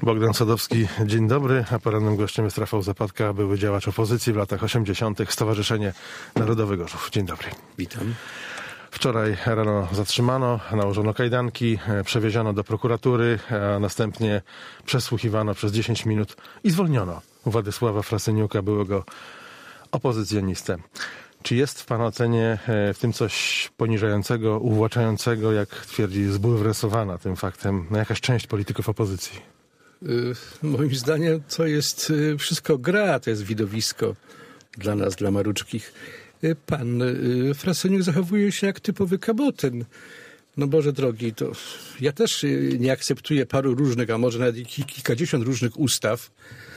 Bogdan Sadowski, dzień dobry, a porannym gościem jest Rafał Zapadka, były działacz opozycji w latach 80. Stowarzyszenie Narodowy Gorzów. Dzień dobry. Witam. Wczoraj rano zatrzymano, nałożono kajdanki, przewieziono do prokuratury, a następnie przesłuchiwano przez 10 minut i zwolniono Władysława Frasyniuka, byłego opozycjonistę. Czy jest w Pana ocenie w tym coś poniżającego, uwłaczającego, jak twierdzi, zbulwersowana tym faktem jakaś część polityków opozycji? Moim zdaniem to jest wszystko gra, to jest widowisko dla nas, dla maruczkich. Pan Frasyniuk zachowuje się jak typowy kabotyn. No Boże drogi, to ja też nie akceptuję paru różnych, a może nawet kilkadziesiąt różnych ustaw,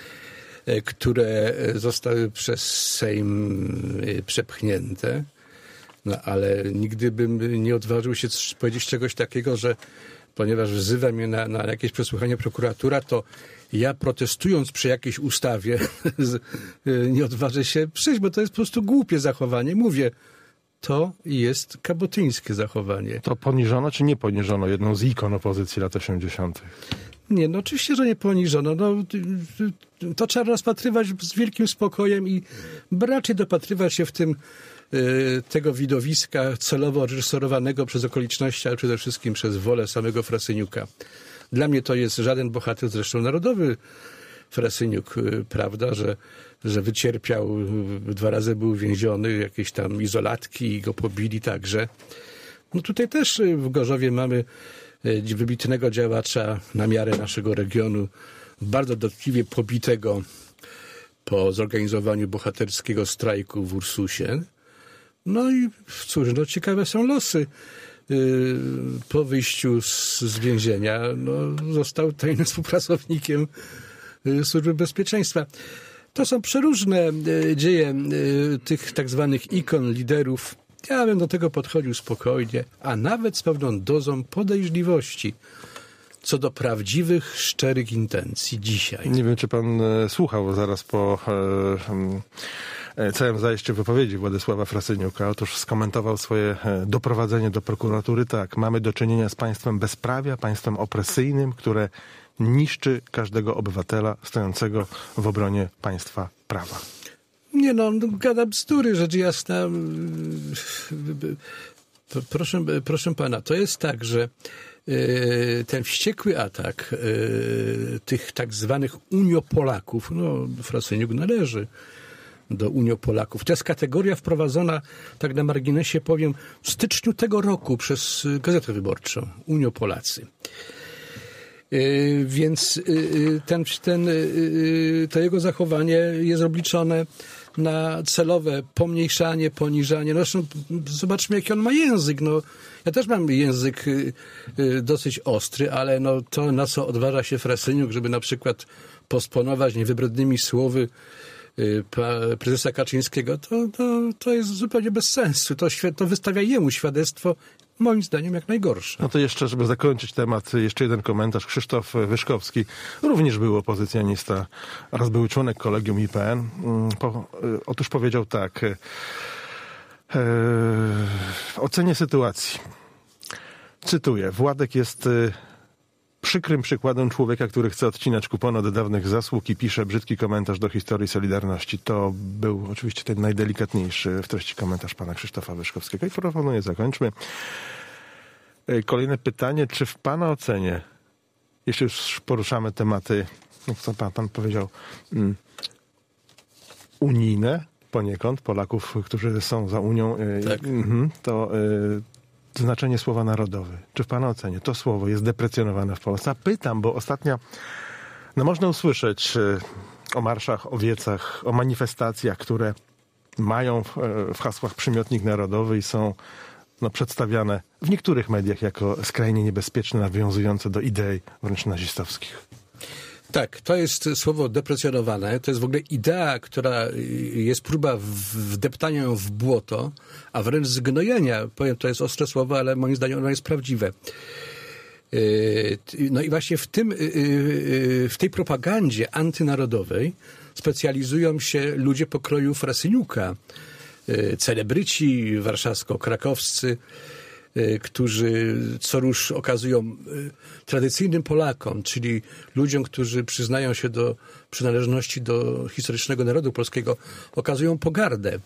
które zostały przez Sejm przepchnięte. No ale nigdy bym nie odważył się powiedzieć czegoś takiego, że ponieważ wzywa mnie na jakieś przesłuchanie prokuratura, to ja protestując przy jakiejś ustawie nie odważę się przyjść, bo to jest po prostu głupie zachowanie. Mówię, to jest kabotyńskie zachowanie. To poniżono czy nie poniżono jedną z ikon opozycji lat 80.? Nie, no oczywiście, że nie poniżono. No, to trzeba rozpatrywać z wielkim spokojem i raczej dopatrywać się w tym tego widowiska celowo reżyserowanego przez okoliczności, ale przede wszystkim przez wolę samego Frasyniuka. Dla mnie to jest żaden bohater, zresztą narodowy Frasyniuk, prawda, że wycierpiał, 2 razy był więziony, jakieś tam izolatki i go pobili także. No tutaj też w Gorzowie mamy wybitnego działacza na miarę naszego regionu, bardzo dotkliwie pobitego po zorganizowaniu bohaterskiego strajku w Ursusie. No i cóż, no ciekawe są losy. Po wyjściu z więzienia został tajnym współpracownikiem Służby Bezpieczeństwa. To są przeróżne dzieje tych tak zwanych ikon, liderów. Ja bym do tego podchodził spokojnie, a nawet z pewną dozą podejrzliwości co do prawdziwych, szczerych intencji dzisiaj. Nie wiem, czy pan słuchał zaraz po całym zajściu wypowiedzi Władysława Frasyniuka. Otóż skomentował swoje doprowadzenie do prokuratury tak. Mamy do czynienia z państwem bezprawia, państwem opresyjnym, które niszczy każdego obywatela stojącego w obronie państwa prawa. Nie no, gada bzdury, rzecz jasna. Proszę pana, to jest tak, że ten wściekły atak tych tak zwanych uniopolaków, no Frasyniuk należy do uniopolaków. To jest kategoria wprowadzona, tak na marginesie powiem, w styczniu tego roku przez Gazetę Wyborczą. Uniopolacy. Więc to jego zachowanie jest obliczone na celowe pomniejszanie, poniżanie. No zresztą zobaczmy, jaki on ma język. No, ja też mam język dosyć ostry, ale no, to, na co odważa się Frasyniuk, żeby na przykład posponować niewybrednymi słowy prezesa Kaczyńskiego, to jest zupełnie bez sensu. To wystawia jemu świadectwo, moim zdaniem, jak najgorsze. No to jeszcze, żeby zakończyć temat, jeszcze jeden komentarz. Krzysztof Wyszkowski również był opozycjonista oraz był członek kolegium IPN. Otóż powiedział tak. W ocenie sytuacji, cytuję, Władek jest przykrym przykładem człowieka, który chce odcinać kupony od dawnych zasług i pisze brzydki komentarz do historii Solidarności. To był oczywiście ten najdelikatniejszy w treści komentarz pana Krzysztofa Wyszkowskiego. I proponuję, zakończmy. Kolejne pytanie, czy w pana ocenie, jeśli już poruszamy tematy, jak to pan powiedział, unijne poniekąd, Polaków, którzy są za Unią, tak. To znaczenie słowa narodowy. Czy w pana ocenie to słowo jest deprecjonowane w Polsce? Pytam, bo ostatnio można usłyszeć o marszach, o wiecach, o manifestacjach, które mają w hasłach przymiotnik narodowy i są przedstawiane w niektórych mediach jako skrajnie niebezpieczne, nawiązujące do idei wręcz nazistowskich. Tak, to jest słowo deprecjonowane. To jest w ogóle idea, która jest próba wdeptania ją w błoto, a wręcz zgnojenia. Powiem, to jest ostre słowo, ale moim zdaniem ono jest prawdziwe. No i właśnie w tej propagandzie antynarodowej specjalizują się ludzie pokroju Frasyniuka, celebryci warszawsko-krakowscy, którzy co rusz okazują tradycyjnym Polakom, czyli ludziom, którzy przyznają się do przynależności do historycznego narodu polskiego, okazują pogardę.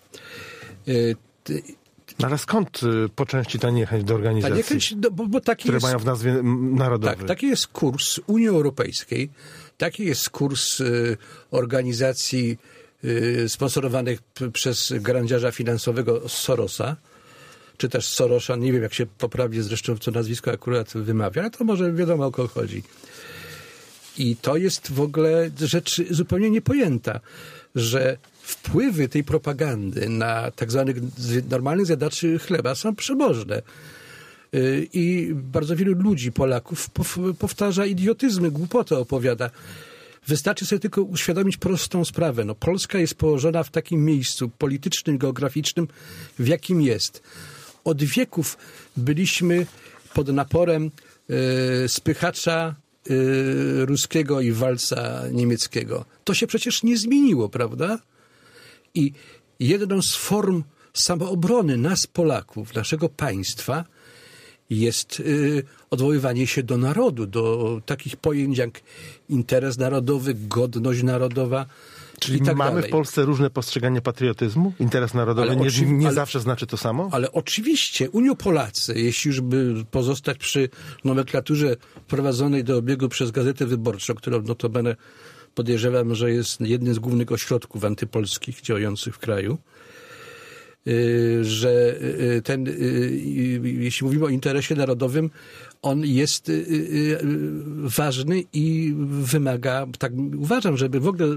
Ale skąd po części ta niechęć do organizacji, bo taki które mają w nazwie narodowej? Tak, taki jest kurs Unii Europejskiej, taki jest kurs organizacji sponsorowanych przez grandziarza finansowego Sorosa, czy też Sorosza, nie wiem jak się poprawnie zresztą to nazwisko akurat wymawia, ale to może wiadomo o kogo chodzi. I to jest w ogóle rzecz zupełnie niepojęta, że wpływy tej propagandy na tak zwanych normalnych zjadaczy chleba są przebożne. I bardzo wielu ludzi, Polaków, powtarza idiotyzmy, głupotę opowiada. Wystarczy sobie tylko uświadomić prostą sprawę. No, Polska jest położona w takim miejscu politycznym, geograficznym, w jakim jest. Od wieków byliśmy pod naporem spychacza ruskiego i walca niemieckiego. To się przecież nie zmieniło, prawda? I jedną z form samoobrony nas, Polaków, naszego państwa, jest odwoływanie się do narodu, do takich pojęć jak interes narodowy, godność narodowa. Czyli tak mamy dalej. w Polsce różne postrzeganie patriotyzmu? Interes narodowy nie zawsze znaczy to samo? Ale oczywiście Uniopolacy, jeśli już by pozostać przy nomenklaturze wprowadzonej do obiegu przez Gazetę Wyborczą, którą notabene podejrzewam, że jest jednym z głównych ośrodków antypolskich działających w kraju, że jeśli mówimy o interesie narodowym, on jest ważny i wymaga, tak uważam, żeby w ogóle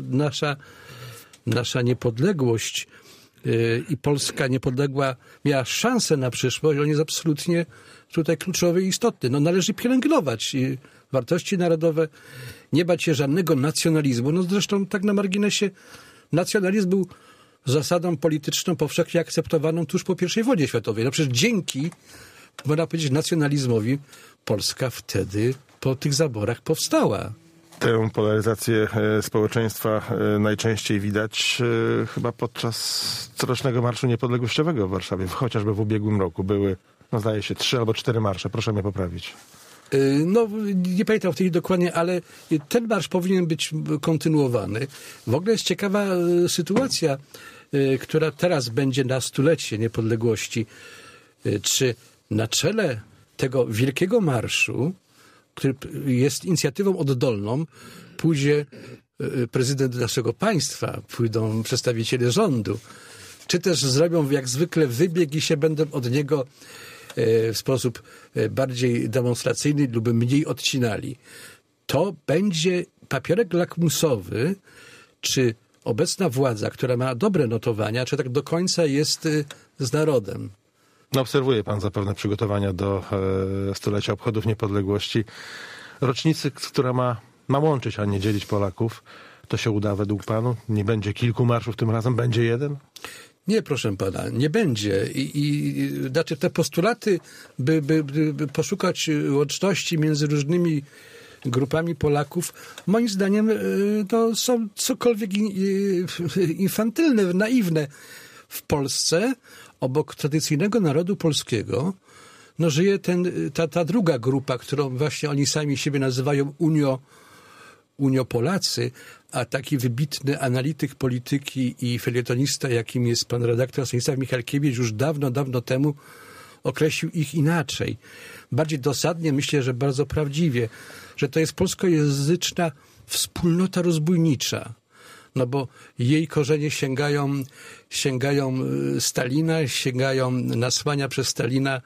nasza niepodległość i Polska niepodległa miała szansę na przyszłość, on jest absolutnie tutaj kluczowy i istotny. No, należy pielęgnować wartości narodowe, nie bać się żadnego nacjonalizmu. No zresztą tak na marginesie nacjonalizm był zasadą polityczną powszechnie akceptowaną tuż po I wojnie światowej. No przecież dzięki, można powiedzieć, nacjonalizmowi Polska wtedy po tych zaborach powstała. Tę polaryzację społeczeństwa najczęściej widać chyba podczas corocznego Marszu Niepodległościowego w Warszawie. Chociażby w ubiegłym roku były, zdaje się, 3 albo 4 marsze. Proszę mnie poprawić. No, nie pamiętam w tej dokładnie, ale ten marsz powinien być kontynuowany. W ogóle jest ciekawa sytuacja, która teraz będzie na stulecie niepodległości. Czy na czele tego wielkiego marszu, który jest inicjatywą oddolną, pójdzie prezydent naszego państwa, pójdą przedstawiciele rządu, czy też zrobią jak zwykle wybieg i się będą od niego w sposób bardziej demonstracyjny lub mniej odcinali. To będzie papierek lakmusowy, czy obecna władza, która ma dobre notowania, czy tak do końca jest z narodem. No, obserwuje pan zapewne przygotowania do stulecia obchodów niepodległości. Rocznicy, która ma łączyć, a nie dzielić Polaków. To się uda według panu? Nie będzie kilku marszów tym razem? Będzie jeden? Nie, proszę pana, nie będzie. Znaczy te postulaty, by poszukać łączności między różnymi grupami Polaków, moim zdaniem to są cokolwiek infantylne, naiwne. W Polsce obok tradycyjnego narodu polskiego no żyje ta druga grupa, którą właśnie oni sami siebie nazywają Uniopolacy, a taki wybitny analityk polityki i felietonista, jakim jest pan redaktor Stanisław Michalkiewicz, już dawno temu określił ich inaczej. Bardziej dosadnie, myślę, że bardzo prawdziwie, że to jest polskojęzyczna wspólnota rozbójnicza. No bo jej korzenie sięgają Stalina, sięgają nasłania przez Stalina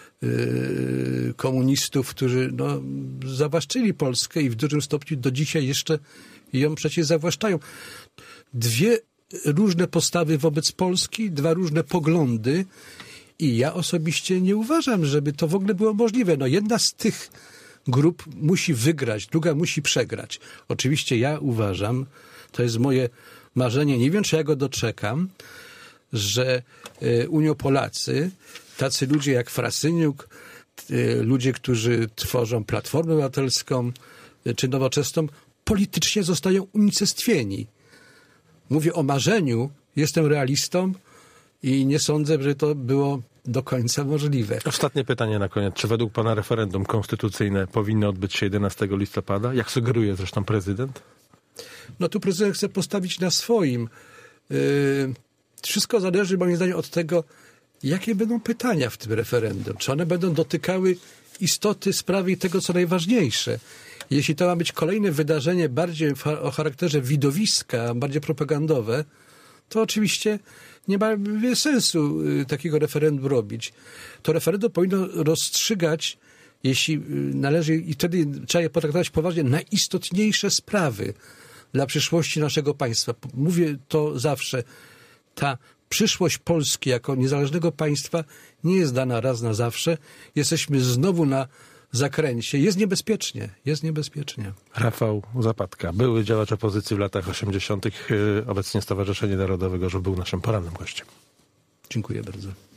komunistów, którzy zawłaszczyli Polskę i w dużym stopniu do dzisiaj jeszcze ją przecież zawłaszczają. Dwie różne postawy wobec Polski, dwa różne poglądy i ja osobiście nie uważam, żeby to w ogóle było możliwe. No jedna z tych grup musi wygrać, druga musi przegrać. Oczywiście ja uważam, to jest moje marzenie, nie wiem, czy ja go doczekam, że Uniopolacy, tacy ludzie jak Frasyniuk, ludzie, którzy tworzą Platformę Obywatelską czy Nowoczesną, politycznie zostają unicestwieni. Mówię o marzeniu, jestem realistą i nie sądzę, że to było do końca możliwe. Ostatnie pytanie na koniec. Czy według pana referendum konstytucyjne powinno odbyć się 11 listopada? Jak sugeruje zresztą prezydent? No tu prezydent chce postawić na swoim. Wszystko zależy moim zdaniem od tego, jakie będą pytania w tym referendum. Czy one będą dotykały istoty sprawy i tego, co najważniejsze. Jeśli to ma być kolejne wydarzenie bardziej o charakterze widowiska, bardziej propagandowe, to oczywiście nie ma sensu takiego referendum robić. To referendum powinno rozstrzygać, jeśli należy, i wtedy trzeba je potraktować poważnie, najistotniejsze sprawy dla przyszłości naszego państwa. Mówię to zawsze. Ta przyszłość Polski jako niezależnego państwa nie jest dana raz na zawsze. Jesteśmy znowu na zakręcie. Jest niebezpiecznie. Jest niebezpiecznie. Rafał Zapadka, były działacz opozycji w latach 80., obecnie Stowarzyszenie Narodowe Gorzów, był naszym porannym gościem. Dziękuję bardzo.